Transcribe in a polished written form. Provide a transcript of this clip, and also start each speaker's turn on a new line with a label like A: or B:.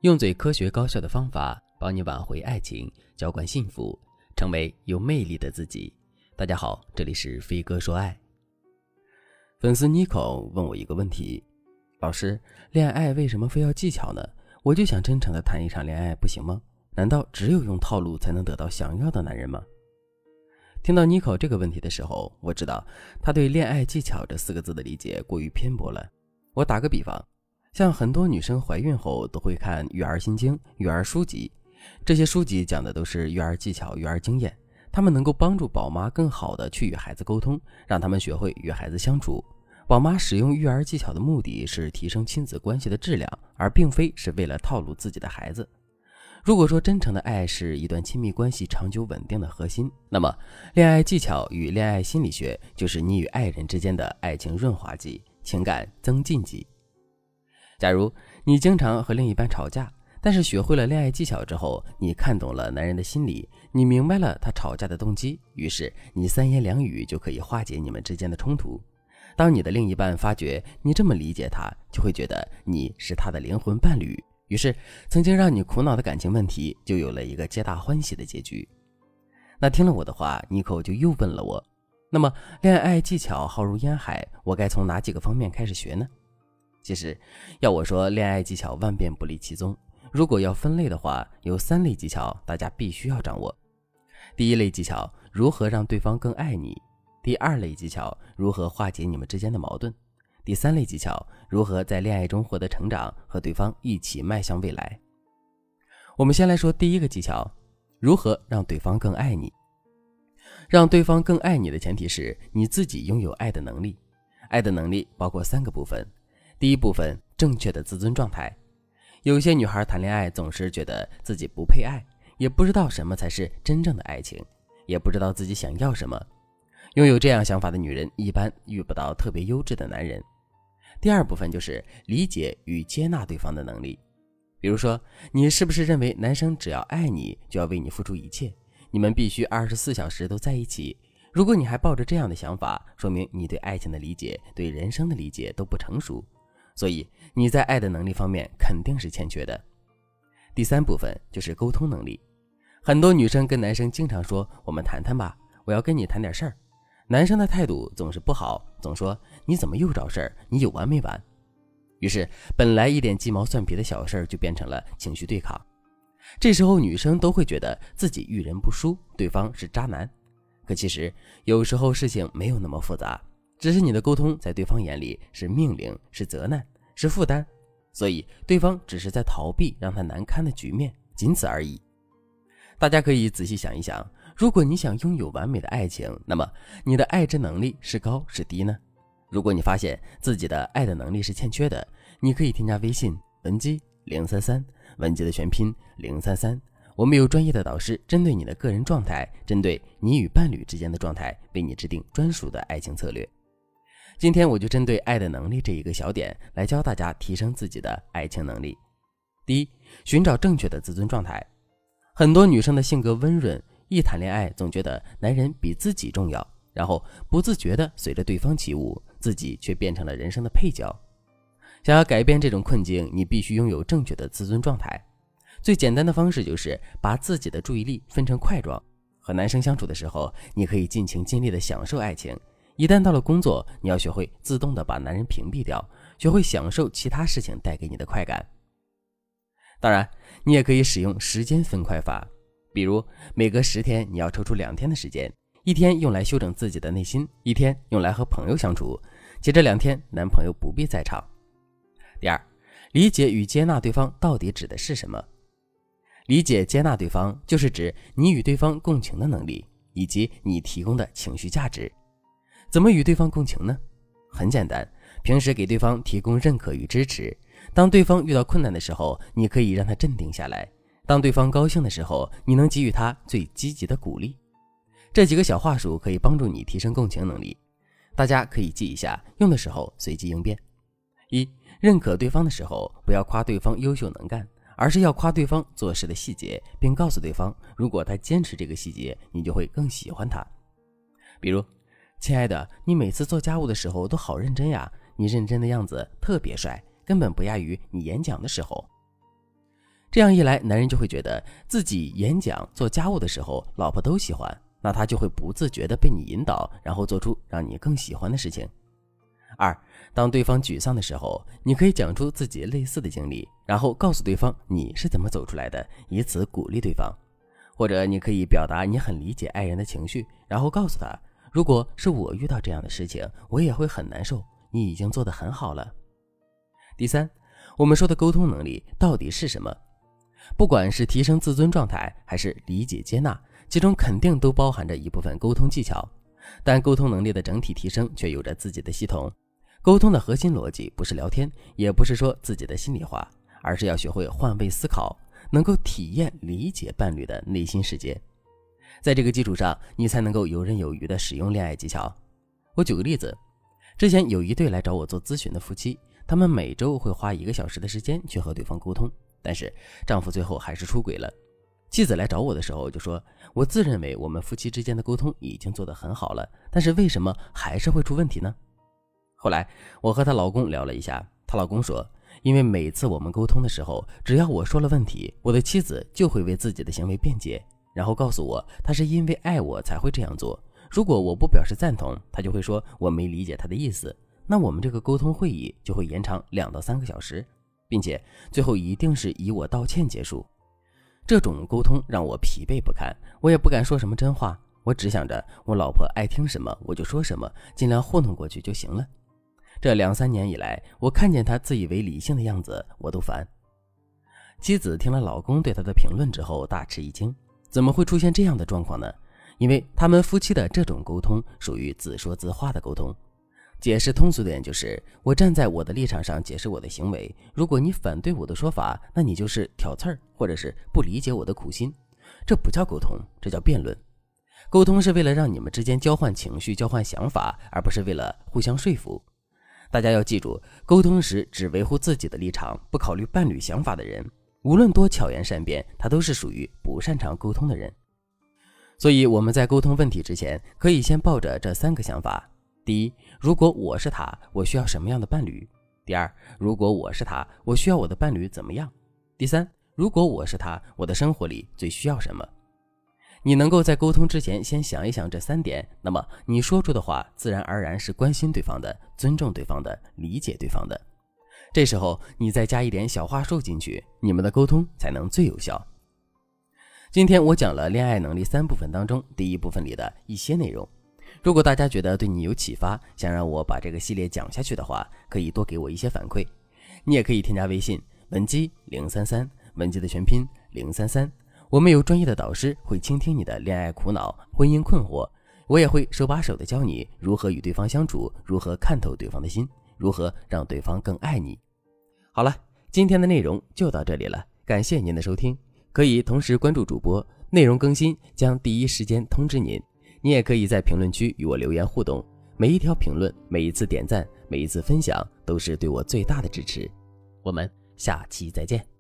A: 用最科学高效的方法帮你挽回爱情，浇灌幸福，成为有魅力的自己。大家好，这里是飞哥说爱。粉丝 Nico 问我一个问题，老师，恋爱为什么非要技巧呢？我就想真诚地谈一场恋爱，不行吗？难道只有用套路才能得到想要的男人吗？听到 Nico 这个问题的时候，我知道他对恋爱技巧这4个字的理解过于偏颇了。我打个比方，像很多女生怀孕后都会看育儿心经、育儿书籍，这些书籍讲的都是育儿技巧、育儿经验，他们能够帮助宝妈更好的去与孩子沟通，让他们学会与孩子相处。宝妈使用育儿技巧的目的是提升亲子关系的质量，而并非是为了套路自己的孩子。如果说真诚的爱是一段亲密关系长久稳定的核心，那么恋爱技巧与恋爱心理学就是你与爱人之间的爱情润滑剂、情感增进剂。假如你经常和另一半吵架，但是学会了恋爱技巧之后，你看懂了男人的心理，你明白了他吵架的动机，于是你3言2语就可以化解你们之间的冲突。当你的另一半发觉你这么理解他，就会觉得你是他的灵魂伴侣，于是曾经让你苦恼的感情问题就有了一个皆大欢喜的结局。那听了我的话，妮蔻就又问了我，那么恋爱技巧浩如烟海，我该从哪几个方面开始学呢？其实要我说，恋爱技巧万变不离其宗，如果要分类的话，有3类技巧大家必须要掌握。第一类技巧，如何让对方更爱你；第2类技巧，如何化解你们之间的矛盾；第3类技巧，如何在恋爱中获得成长，和对方一起迈向未来。我们先来说第一个技巧，如何让对方更爱你。让对方更爱你的前提是你自己拥有爱的能力。爱的能力包括3个部分。第一部分，正确的自尊状态。有些女孩谈恋爱总是觉得自己不配爱，也不知道什么才是真正的爱情，也不知道自己想要什么。拥有这样想法的女人一般遇不到特别优质的男人。第2部分就是理解与接纳对方的能力。比如说，你是不是认为男生只要爱你就要为你付出一切，你们必须24小时都在一起？如果你还抱着这样的想法，说明你对爱情的理解、对人生的理解都不成熟，所以你在爱的能力方面肯定是欠缺的。第3部分就是沟通能力。很多女生跟男生经常说，我们谈谈吧，我要跟你谈点事儿。男生的态度总是不好，总说你怎么又找事儿，你有完没完？于是本来一点鸡毛蒜皮的小事儿就变成了情绪对抗。这时候女生都会觉得自己遇人不淑，对方是渣男。可其实有时候事情没有那么复杂，只是你的沟通在对方眼里是命令，是责难，是负担，所以对方只是在逃避让他难堪的局面，仅此而已。大家可以仔细想一想，如果你想拥有完美的爱情，那么你的爱之能力是高是低呢？如果你发现自己的爱的能力是欠缺的，你可以添加微信文姬033，文姬的全拼033，我们有专业的导师针对你的个人状态，针对你与伴侣之间的状态，为你制定专属的爱情策略。今天我就针对爱的能力这一个小点来教大家提升自己的爱情能力。第一，寻找正确的自尊状态。很多女生的性格温润，一谈恋爱总觉得男人比自己重要，然后不自觉地随着对方起舞，自己却变成了人生的配角。想要改变这种困境，你必须拥有正确的自尊状态。最简单的方式就是把自己的注意力分成块状。和男生相处的时候，你可以尽情尽力地享受爱情，一旦到了工作，你要学会自动地把男人屏蔽掉，学会享受其他事情带给你的快感。当然，你也可以使用时间分块法，比如每隔10天你要抽出2天的时间，一天用来修整自己的内心，一天用来和朋友相处，且这2天男朋友不必在场。第2，理解与接纳对方到底指的是什么？理解接纳对方就是指你与对方共情的能力，以及你提供的情绪价值。怎么与对方共情呢？很简单，平时给对方提供认可与支持。当对方遇到困难的时候，你可以让他镇定下来；当对方高兴的时候，你能给予他最积极的鼓励。这几个小话术可以帮助你提升共情能力，大家可以记一下，用的时候随机应变。1，认可对方的时候，不要夸对方优秀能干，而是要夸对方做事的细节，并告诉对方，如果他坚持这个细节，你就会更喜欢他。比如，亲爱的，你每次做家务的时候都好认真呀，你认真的样子特别帅，根本不亚于你演讲的时候。 这样一来，男人就会觉得自己演讲、做家务的时候，老婆都喜欢，那他就会不自觉地被你引导，然后做出让你更喜欢的事情。二，当对方沮丧的时候，你可以讲出自己类似的经历，然后告诉对方你是怎么走出来的，以此鼓励对方。或者你可以表达你很理解爱人的情绪，然后告诉他，如果是我遇到这样的事情，我也会很难受，你已经做得很好了。第三，我们说的沟通能力到底是什么？不管是提升自尊状态，还是理解接纳，其中肯定都包含着一部分沟通技巧，但沟通能力的整体提升却有着自己的系统。沟通的核心逻辑不是聊天，也不是说自己的心里话，而是要学会换位思考，能够体验理解伴侣的内心世界。在这个基础上，你才能够游刃有余地使用恋爱技巧。我举个例子，之前有一对来找我做咨询的夫妻，他们每周会花1个小时的时间去和对方沟通，但是丈夫最后还是出轨了。妻子来找我的时候就说，我自认为我们夫妻之间的沟通已经做得很好了，但是为什么还是会出问题呢？后来我和她老公聊了一下，她老公说，因为每次我们沟通的时候，只要我说了问题，我的妻子就会为自己的行为辩解，然后告诉我她是因为爱我才会这样做，如果我不表示赞同，她就会说我没理解她的意思，那我们这个沟通会议就会延长2到3个小时，并且最后一定是以我道歉结束。这种沟通让我疲惫不堪，我也不敢说什么真话，我只想着我老婆爱听什么我就说什么，尽量糊弄过去就行了。这2、3年以来，我看见她自以为理性的样子，我都烦。妻子听了老公对她的评论之后大吃一惊，怎么会出现这样的状况呢？因为他们夫妻的这种沟通属于自说自话的沟通。解释通俗点就是，我站在我的立场上解释我的行为，如果你反对我的说法，那你就是挑刺儿，或者是不理解我的苦心。这不叫沟通，这叫辩论。沟通是为了让你们之间交换情绪、交换想法，而不是为了互相说服。大家要记住，沟通时只维护自己的立场，不考虑伴侣想法的人，无论多巧言善辩，他都是属于不擅长沟通的人。所以我们在沟通问题之前，可以先抱着这3个想法。第一，如果我是他，我需要什么样的伴侣？第二，如果我是他，我需要我的伴侣怎么样？第三，如果我是他，我的生活里最需要什么？你能够在沟通之前先想一想这3点，那么你说出的话自然而然是关心对方的、尊重对方的、理解对方的。这时候你再加一点小话术进去，你们的沟通才能最有效。今天我讲了恋爱能力3部分当中第1部分里的一些内容。如果大家觉得对你有启发，想让我把这个系列讲下去的话，可以多给我一些反馈。你也可以添加微信文姬033，文姬的全拼033，我们有专业的导师会倾听你的恋爱苦恼、婚姻困惑，我也会手把手的教你如何与对方相处，如何看透对方的心，如何让对方更爱你。好了，今天的内容就到这里了，感谢您的收听。可以同时关注主播，内容更新将第一时间通知您。你也可以在评论区与我留言互动，每一条评论、每一次点赞、每一次分享都是对我最大的支持。我们下期再见。